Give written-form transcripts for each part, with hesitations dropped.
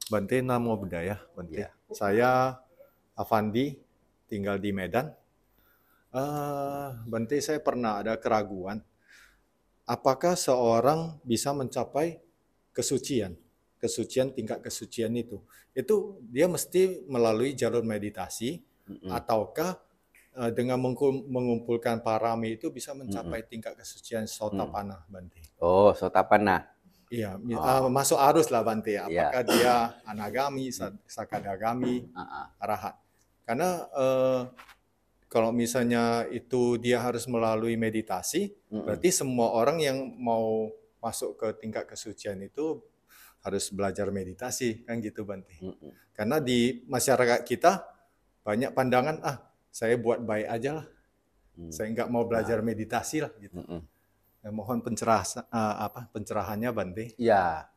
Bante, Namo Buddhaya, Bante. Ya. Saya Avandi, tinggal di Medan. Bante, saya pernah ada keraguan. Apakah seorang bisa mencapai kesucian? Kesucian, tingkat kesucian itu. Itu dia mesti melalui jalur meditasi, ataukah dengan mengumpulkan parami itu bisa mencapai tingkat kesucian Sotapanna, Bante? Oh, Sotapanna. Iya, Oh, masuk arus lah Bante. ya. Apakah dia anagami, sakadagami, Ah, arahat? Karena kalau misalnya itu dia harus melalui meditasi, berarti semua orang yang mau masuk ke tingkat kesucian itu harus belajar meditasi, kan gitu Bante. Karena di masyarakat kita banyak pandangan, saya buat baik aja lah, saya nggak mau belajar meditasi lah gitu. Mohon pencerahannya Bante. Ya,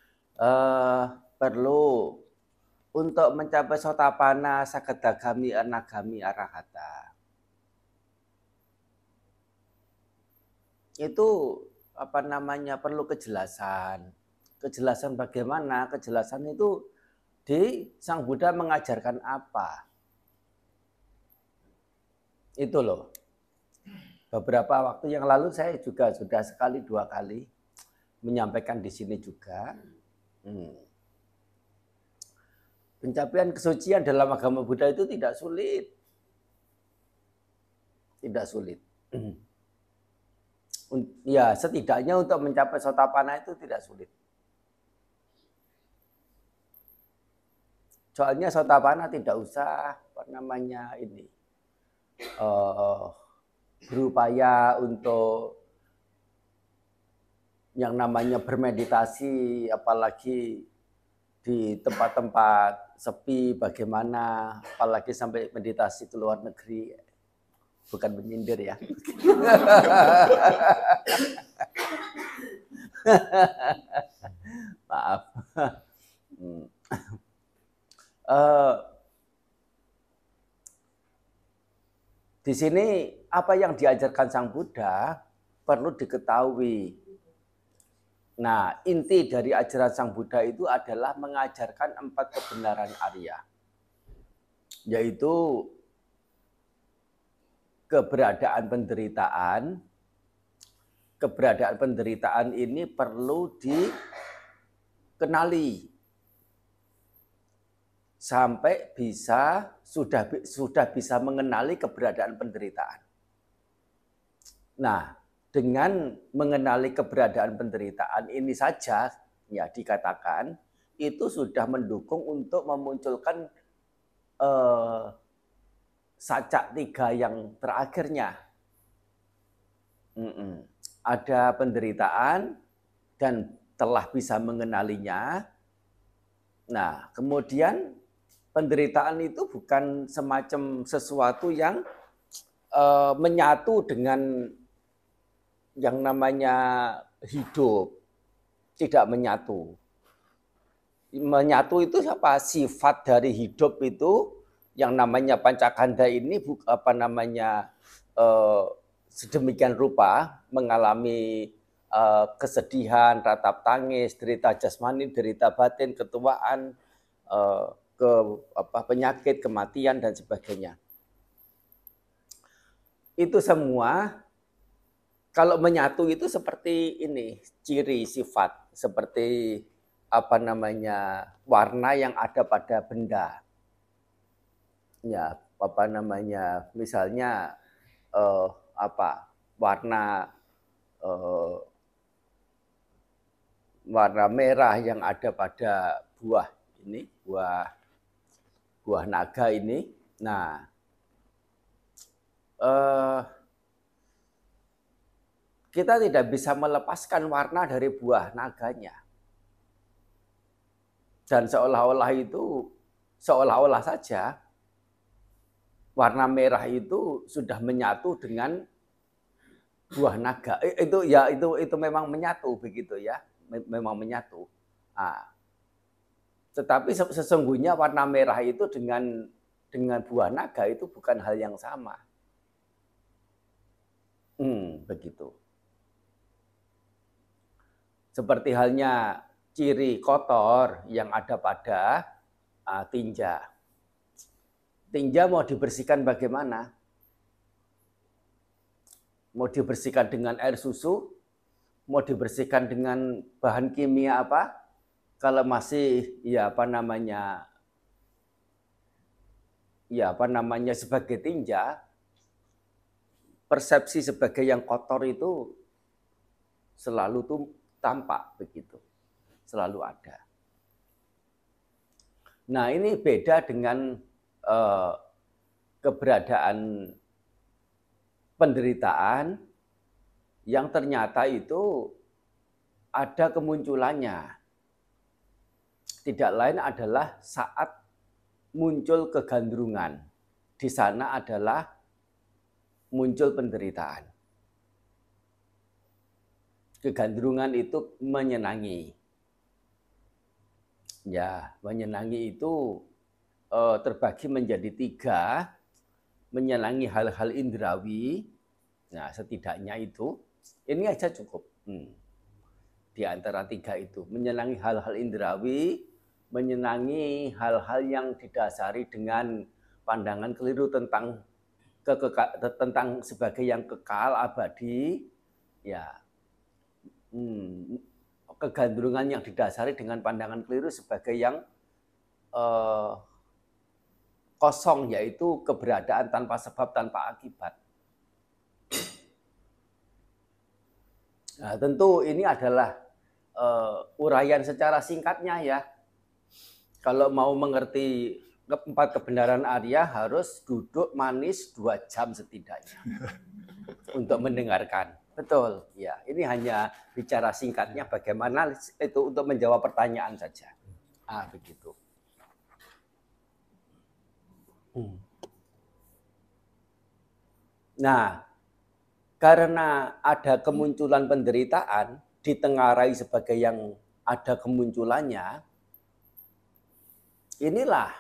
perlu untuk mencapai Sotapanna, Sakadagami, Anagami, Arahata. Itu apa namanya perlu kejelasan. Kejelasan bagaimana? Kejelasan itu di Sang Buddha mengajarkan apa? Itu loh. Beberapa waktu yang lalu saya juga sudah sekali dua kali menyampaikan di sini juga. Pencapaian kesucian dalam agama Buddha itu tidak sulit. Tidak sulit. Ya, setidaknya untuk mencapai Sotapanna itu tidak sulit. Soalnya Sotapanna tidak usah apa namanya ini berupaya untuk yang namanya bermeditasi, apalagi di tempat-tempat sepi bagaimana, apalagi sampai meditasi ke luar negeri. Bukan menyindir ya. Maaf. Di sini apa yang diajarkan Sang Buddha perlu diketahui. Nah, inti dari ajaran Sang Buddha itu adalah mengajarkan 4 kebenaran Arya. Yaitu keberadaan penderitaan. Keberadaan penderitaan ini perlu dikenali sampai sudah bisa mengenali keberadaan penderitaan. Nah, dengan mengenali keberadaan penderitaan ini saja ya dikatakan itu sudah mendukung untuk memunculkan sacak 3 yang terakhirnya. Ada penderitaan dan telah bisa mengenalinya. Nah, kemudian penderitaan itu bukan semacam sesuatu yang menyatu dengan yang namanya hidup. Tidak menyatu. Menyatu itu apa? Sifat dari hidup itu yang namanya pancakanda ini apa namanya sedemikian rupa mengalami kesedihan, ratap tangis, derita jasmani, derita batin, ketuaan, penyakit, kematian dan sebagainya. Itu semua kalau menyatu itu seperti ini, ciri sifat, seperti apa namanya warna yang ada pada benda. Ya, apa namanya misalnya warna merah yang ada pada buah ini, buah naga ini. Nah, kita tidak bisa melepaskan warna dari buah naganya. Dan seolah-olah saja warna merah itu sudah menyatu dengan buah naga. Itu memang menyatu begitu ya, memang menyatu. Nah, tetapi sesungguhnya warna merah itu dengan buah naga itu bukan hal yang sama. Begitu. Seperti halnya ciri kotor yang ada pada tinja. Tinja mau dibersihkan bagaimana? Mau dibersihkan dengan air susu? Mau dibersihkan dengan bahan kimia apa? Kalau masih sebagai tinja, persepsi sebagai yang kotor itu selalu tuh tampak begitu, selalu ada. Nah, ini beda dengan keberadaan penderitaan yang ternyata itu ada kemunculannya. Tidak lain adalah saat muncul kegandrungan. Di sana adalah muncul penderitaan. Kegandrungan itu menyenangi. Ya, menyenangi itu terbagi menjadi 3. Menyenangi hal-hal indrawi. Nah, setidaknya itu, ini aja cukup. Di antara 3 itu, menyenangi hal-hal indrawi, menyenangi hal-hal yang didasari dengan pandangan keliru tentang sebagai yang kekal abadi, ya. Kegandrungan yang didasari dengan pandangan keliru sebagai yang kosong, yaitu keberadaan tanpa sebab, tanpa akibat. Nah, tentu ini adalah uraian secara singkatnya ya. Kalau mau mengerti 4 kebenaran Arya harus duduk manis 2 jam setidaknya untuk mendengarkan. Betul, ya. Ini hanya bicara singkatnya bagaimana itu untuk menjawab pertanyaan saja. Begitu. Nah, karena ada kemunculan penderitaan, ditengarai sebagai yang ada kemunculannya, inilah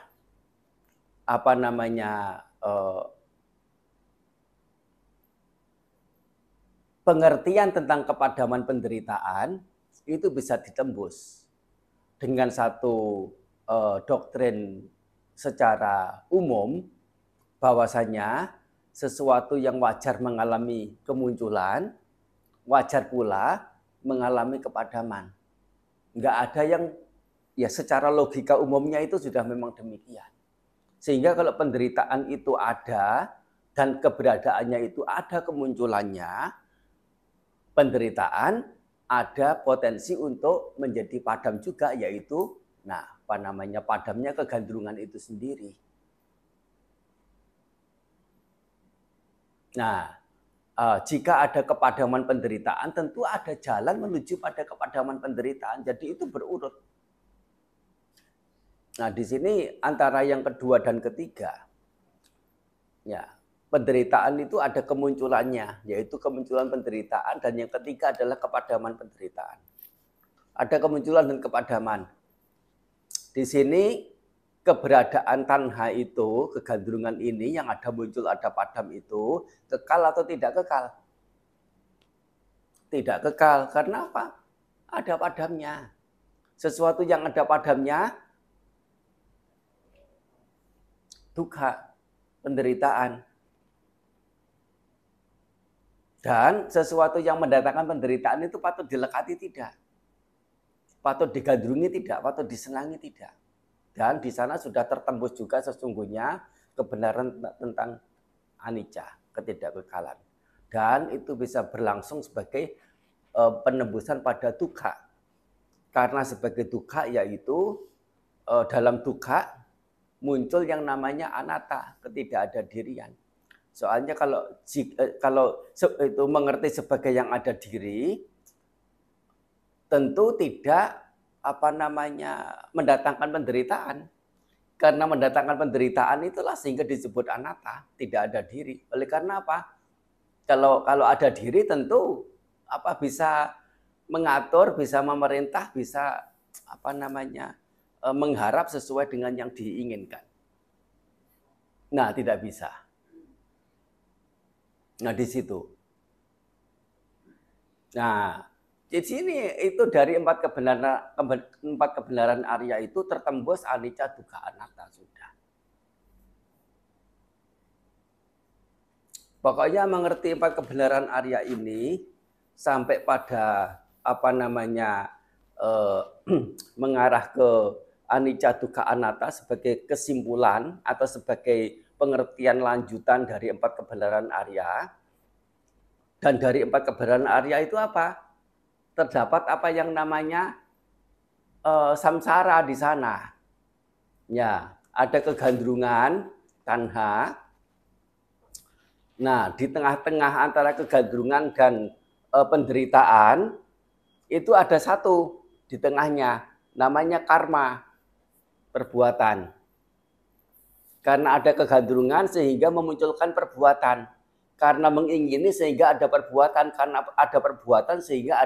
pengertian tentang kepadaman penderitaan itu bisa ditembus dengan satu doktrin secara umum bahwasanya sesuatu yang wajar mengalami kemunculan, wajar pula mengalami kepadaman. Enggak ada yang ya secara logika umumnya itu sudah memang demikian. Sehingga kalau penderitaan itu ada dan keberadaannya itu ada kemunculannya, penderitaan ada potensi untuk menjadi padam juga, yaitu padamnya kegandrungan itu sendiri. Nah, jika ada kepadaman penderitaan, tentu ada jalan menuju pada kepadaman penderitaan. Jadi itu berurut. Nah, di sini antara yang kedua dan ketiga, ya, penderitaan itu ada kemunculannya, yaitu kemunculan penderitaan, dan yang ketiga adalah kepadaman penderitaan. Ada kemunculan dan kepadaman. Di sini keberadaan tanha itu, kegandrungan ini yang ada muncul, ada padam itu, kekal atau tidak kekal? Tidak kekal. Karena apa? Ada padamnya. Sesuatu yang ada padamnya, dukkha, penderitaan. Dan sesuatu yang mendatangkan penderitaan itu patut dilekati tidak. Patut digandrungi tidak, patut disenangi tidak. Dan di sana sudah tertembus juga sesungguhnya kebenaran tentang anicca, ketidakkekalan. Dan itu bisa berlangsung sebagai penembusan pada dukkha. Karena sebagai dukkha yaitu dalam dukkha muncul yang namanya anatta, ketidakadadirian. Soalnya kalau itu mengerti sebagai yang ada diri, tentu tidak mendatangkan penderitaan. Karena mendatangkan penderitaan itulah sehingga disebut anatta, tidak ada diri. Oleh karena apa? Kalau ada diri tentu bisa mengatur, bisa memerintah, bisa mengharap sesuai dengan yang diinginkan. Nah, tidak bisa. Nah, di situ. Nah, Di sini itu dari empat kebenaran Arya itu tertembus anicca dukkha anatta sudah. Pokoknya mengerti empat kebenaran Arya ini sampai pada mengarah ke anicca dukkha anatta sebagai kesimpulan atau sebagai pengertian lanjutan dari empat kebenaran Arya. Dan dari empat kebenaran Arya itu apa? Terdapat apa yang namanya samsara di sana. Ya, ada kegandrungan, tanha. Nah, di tengah-tengah antara kegandrungan dan penderitaan itu ada satu di tengahnya, namanya karma, perbuatan. Karena ada kegandrungan sehingga memunculkan perbuatan. Karena mengingini sehingga ada perbuatan, karena ada perbuatan sehingga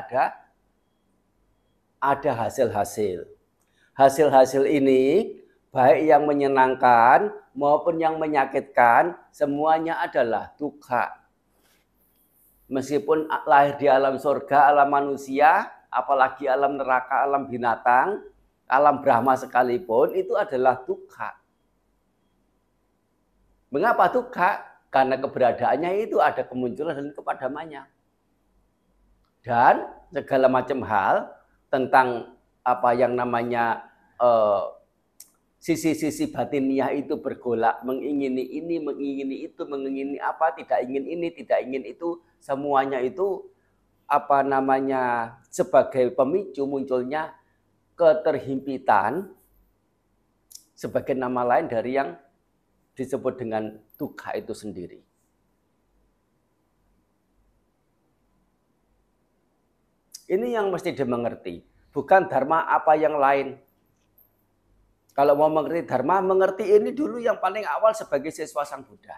ada hasil-hasil. Hasil-hasil ini baik yang menyenangkan maupun yang menyakitkan, semuanya adalah dukkha. Meskipun lahir di alam surga, alam manusia, apalagi alam neraka, alam binatang, alam Brahma sekalipun, itu adalah dukkha. Mengapa dukkha? Karena keberadaannya itu ada kemunculan dan kepadamannya. Dan segala macam hal tentang apa yang namanya sisi-sisi batiniah itu bergolak, mengingini ini, mengingini itu, mengingini apa, tidak ingin ini, tidak ingin itu, semuanya itu sebagai pemicu munculnya keterhimpitan sebagai nama lain dari yang disebut dengan dukkha itu sendiri. Ini yang mesti dimengerti, bukan dharma apa yang lain. Kalau mau mengerti dharma, mengerti ini dulu yang paling awal sebagai siswa Sang Buddha.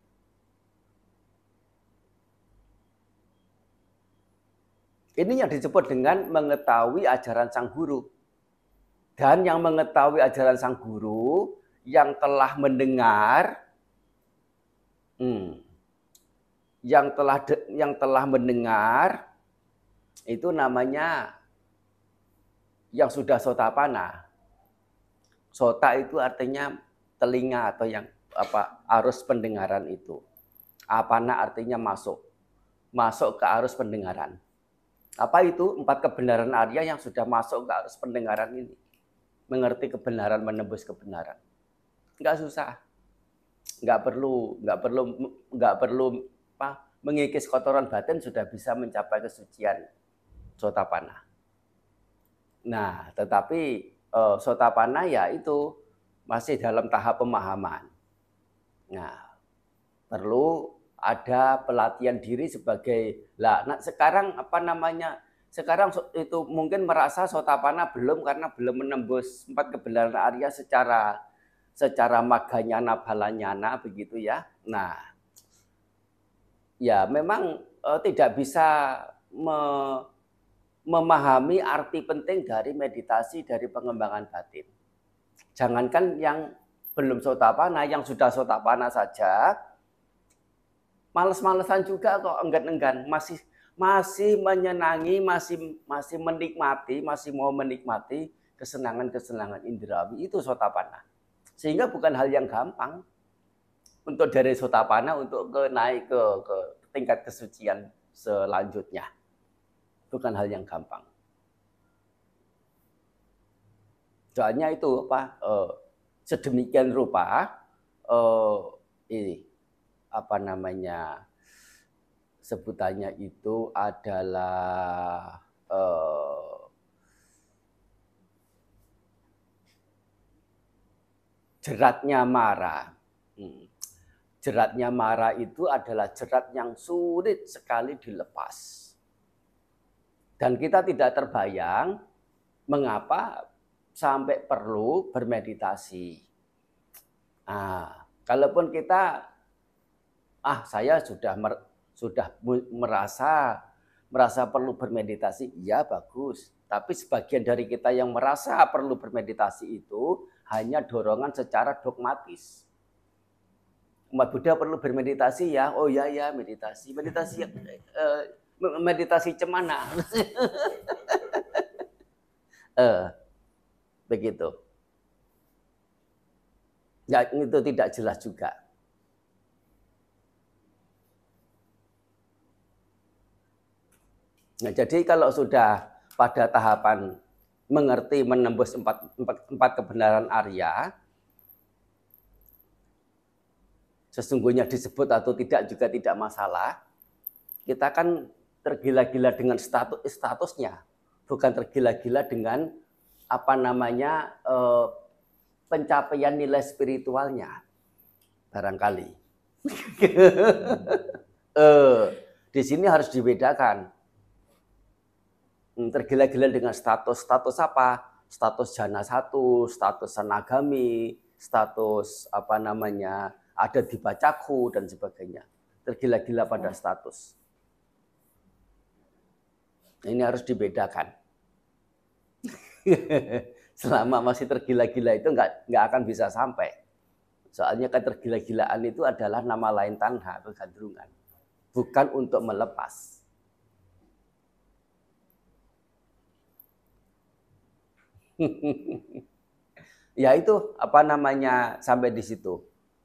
Ini yang disebut dengan mengetahui ajaran Sang Guru. Dan yang mengetahui ajaran Sang Guru, yang telah mendengar, yang telah mendengar, itu namanya yang sudah sotapanna. Sota itu artinya telinga atau yang arus pendengaran itu. Apana artinya masuk ke arus pendengaran. Apa itu? Empat kebenaran Arya yang sudah masuk ke arus pendengaran ini. Mengerti kebenaran, menembus kebenaran. Enggak susah. Enggak perlu mengikis kotoran batin sudah bisa mencapai kesucian sotapanna. Nah, tetapi sotapanna ya itu masih dalam tahap pemahaman. Nah, perlu ada pelatihan diri sebagai sekarang sekarang itu mungkin merasa sotapanna belum karena belum menembus empat kebenaran Arya secara magganyana balanyana begitu ya. Nah, ya memang tidak bisa memahami arti penting dari meditasi, dari pengembangan batin. Jangankan yang belum sotapanna, yang sudah sotapanna saja, males-malesan juga kok, enggan-enggan, masih menyenangi, masih menikmati, masih mau menikmati kesenangan-kesenangan indrawi, itu sotapanna. Sehingga bukan hal yang gampang untuk dari sotapanna untuk naik ke tingkat kesucian selanjutnya. Bukan hal yang gampang. Soalnya itu sedemikian rupa sebutannya itu adalah jeratnya mara. Jeratnya mara itu adalah jerat yang sulit sekali dilepas. Dan kita tidak terbayang mengapa sampai perlu bermeditasi. Kalaupun kita saya sudah merasa perlu bermeditasi, ya bagus. Tapi sebagian dari kita yang merasa perlu bermeditasi itu hanya dorongan secara dogmatis. Umat Buddha perlu bermeditasi ya, oh ya meditasi. Meditasi meditasi cemana. Begitu. Ya, itu tidak jelas juga. Nah, jadi kalau sudah pada tahapan mengerti menembus empat kebenaran Arya, sesungguhnya disebut atau tidak juga tidak masalah. Kita kan tergila-gila dengan statusnya, bukan tergila-gila dengan apa namanya pencapaian nilai spiritualnya, barangkali. Di sini harus dibedakan. Tergila-gila dengan status apa? Status jana 1, status sanagami, status apa namanya ada di bacaku dan sebagainya. Tergila-gila pada status. Ini harus dibedakan. Selama masih tergila-gila itu nggak akan bisa sampai. Soalnya ketergila-gilaan itu adalah nama lain tanha, kegandrungan. Bukan untuk melepas. Ya itu apa namanya sampai di situ.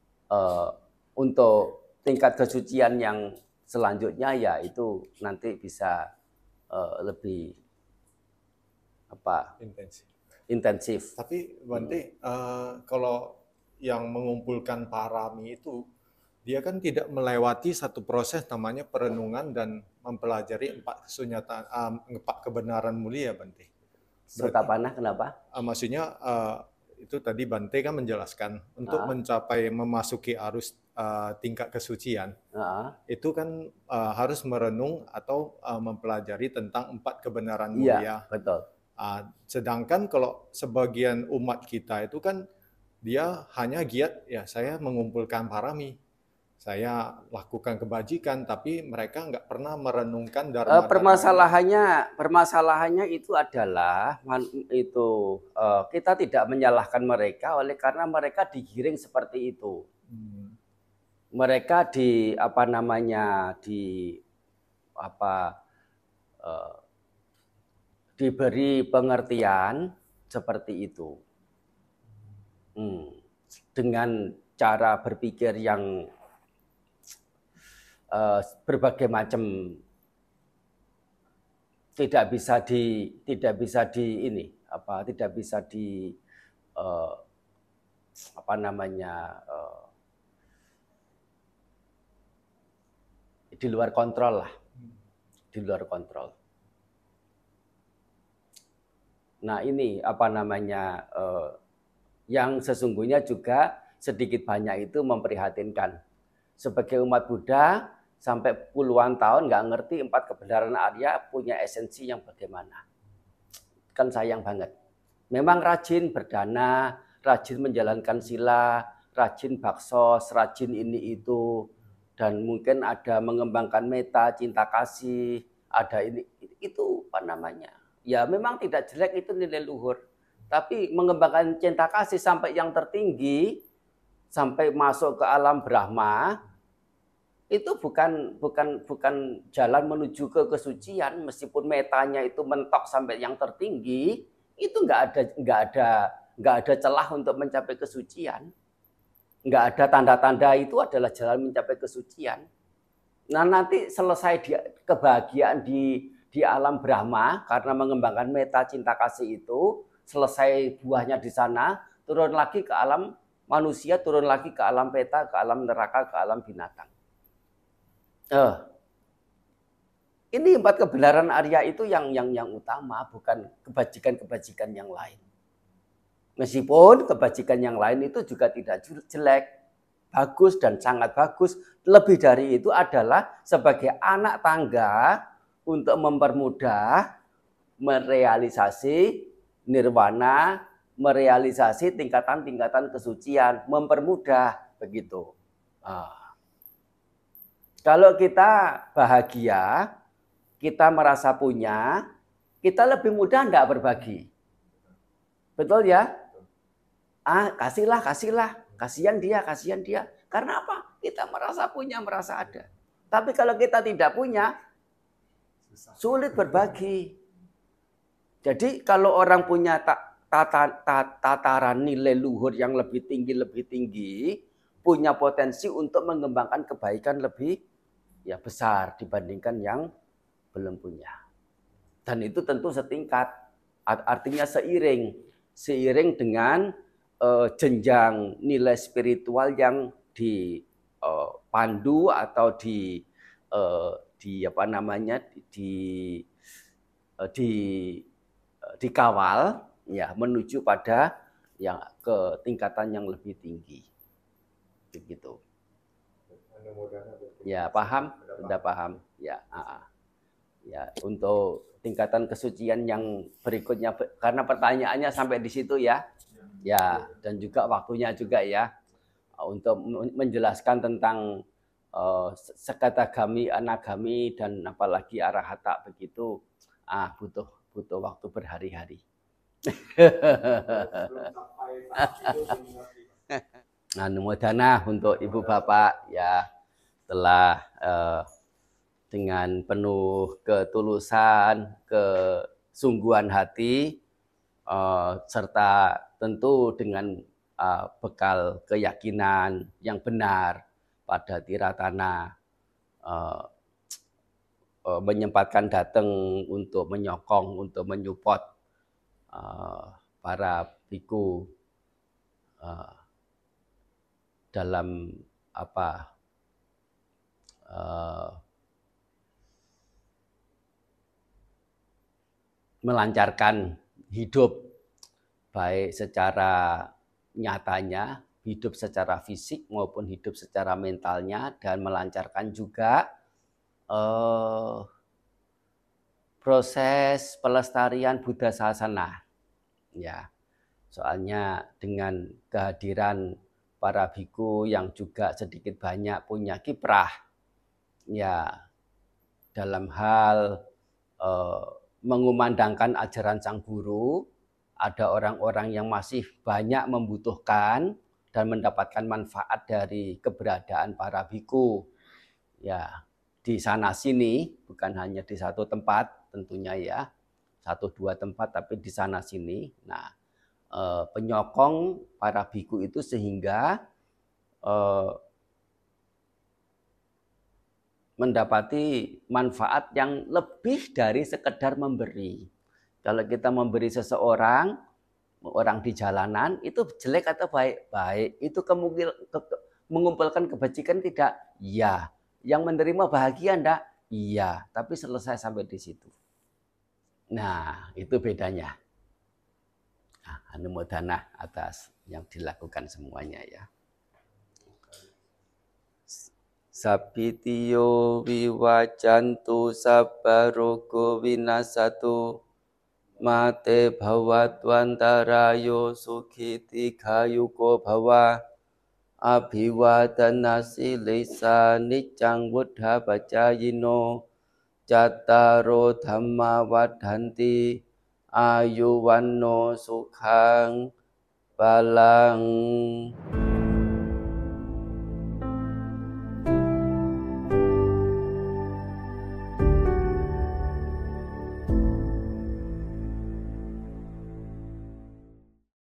Untuk tingkat kesucian yang selanjutnya ya itu nanti bisa lebih apa intensif. Tapi Bante, kalau yang mengumpulkan parami itu dia kan tidak melewati satu proses namanya perenungan dan mempelajari 4 kesunyataan, 4 kebenaran mulia, Bante. Sotapana kenapa? Maksudnya itu tadi Bante kan menjelaskan untuk mencapai memasuki arus tingkat kesucian itu kan harus merenung atau mempelajari tentang 4 kebenaran mulia. Iya, betul. Sedangkan kalau sebagian umat kita itu kan dia hanya giat ya saya mengumpulkan parami, saya lakukan kebajikan, tapi mereka nggak pernah merenungkan dharma. Permasalahannya itu adalah itu kita tidak menyalahkan mereka oleh karena mereka digiring seperti itu. Mereka diberi pengertian seperti itu dengan cara berpikir yang berbagai macam, tidak bisa di luar kontrol lah, di luar kontrol. Nah ini yang sesungguhnya juga sedikit banyak itu memprihatinkan. Sebagai umat Buddha sampai puluhan tahun nggak ngerti 4 kebenaran Arya punya esensi yang bagaimana. Kan sayang banget. Memang rajin berdana, rajin menjalankan sila, rajin baksos, rajin ini itu, dan mungkin ada mengembangkan meta, cinta kasih, ada ini itu apa namanya? Ya memang tidak jelek, itu nilai luhur. Tapi mengembangkan cinta kasih sampai yang tertinggi, sampai masuk ke alam Brahma, itu bukan jalan menuju ke kesucian. Meskipun metanya itu mentok sampai yang tertinggi, itu nggak ada celah untuk mencapai kesucian. Nggak ada tanda-tanda itu adalah jalan mencapai kesucian. Nah nanti selesai kebahagiaan di alam Brahma karena mengembangkan meta cinta kasih itu, selesai buahnya di sana, turun lagi ke alam manusia, turun lagi ke alam peta, ke alam neraka, ke alam binatang. Ini 4 kebenaran Arya itu yang utama, bukan kebajikan-kebajikan yang lain. Meskipun kebajikan yang lain itu juga tidak jelek, bagus dan sangat bagus. Lebih dari itu adalah sebagai anak tangga untuk mempermudah merealisasi nirwana, merealisasi tingkatan-tingkatan kesucian, mempermudah begitu. Kalau kita bahagia, kita merasa punya, kita lebih mudah enggak berbagi. Betul ya? Kasihlah, kasihan dia. Karena apa? Kita merasa punya, merasa ada. Tapi kalau kita tidak punya, Sulit berbagi. Jadi kalau orang punya tataran nilai luhur yang lebih tinggi, punya potensi untuk mengembangkan kebaikan lebih besar dibandingkan yang belum punya. Dan itu tentu setingkat, artinya seiring dengan jenjang nilai spiritual yang dipandu atau dikawal ya menuju pada yang ke tingkatan yang lebih tinggi. Begitu. Ya, paham? Sudah paham. Ya, ya, untuk tingkatan kesucian yang berikutnya, karena pertanyaannya sampai di situ ya. Ya, dan juga waktunya juga ya untuk menjelaskan tentang sekatagami, anagami dan apalagi arahata begitu. Butuh waktu berhari-hari. Anumodana untuk Ibu Bapak ya telah dengan penuh ketulusan, kesungguhan hati, serta tentu dengan bekal keyakinan yang benar pada Tiratana, menyempatkan datang untuk menyokong, untuk menyupport para biku dalam melancarkan hidup baik secara nyatanya, hidup secara fisik maupun hidup secara mentalnya, dan melancarkan juga proses pelestarian Buddha Sasana. Ya, soalnya dengan kehadiran para biku yang juga sedikit banyak punya kiprah, ya dalam hal mengumandangkan ajaran sang guru, ada orang-orang yang masih banyak membutuhkan dan mendapatkan manfaat dari keberadaan para biku. Ya, di sana sini, bukan hanya di satu tempat tentunya ya, 1-2 tempat, tapi di sana sini. Nah, penyokong para biku itu sehingga mendapati manfaat yang lebih dari sekedar memberi. Kalau kita memberi seseorang, orang di jalanan, itu jelek atau baik? Baik. Itu mengumpulkan kebajikan tidak? Iya. Yang menerima bahagia enggak? Iya. Tapi selesai sampai di situ. Nah, itu bedanya. Nah, anumodana atas yang dilakukan semuanya ya. Sabitiyo viwajantu sabbarogo vinasatu mate bhavatwantarayo sukhiti khayuko bhava abhiwadana silesa niccang buddha pacayino cattaro dhamma vadhanti ayuwanno sukhang balang.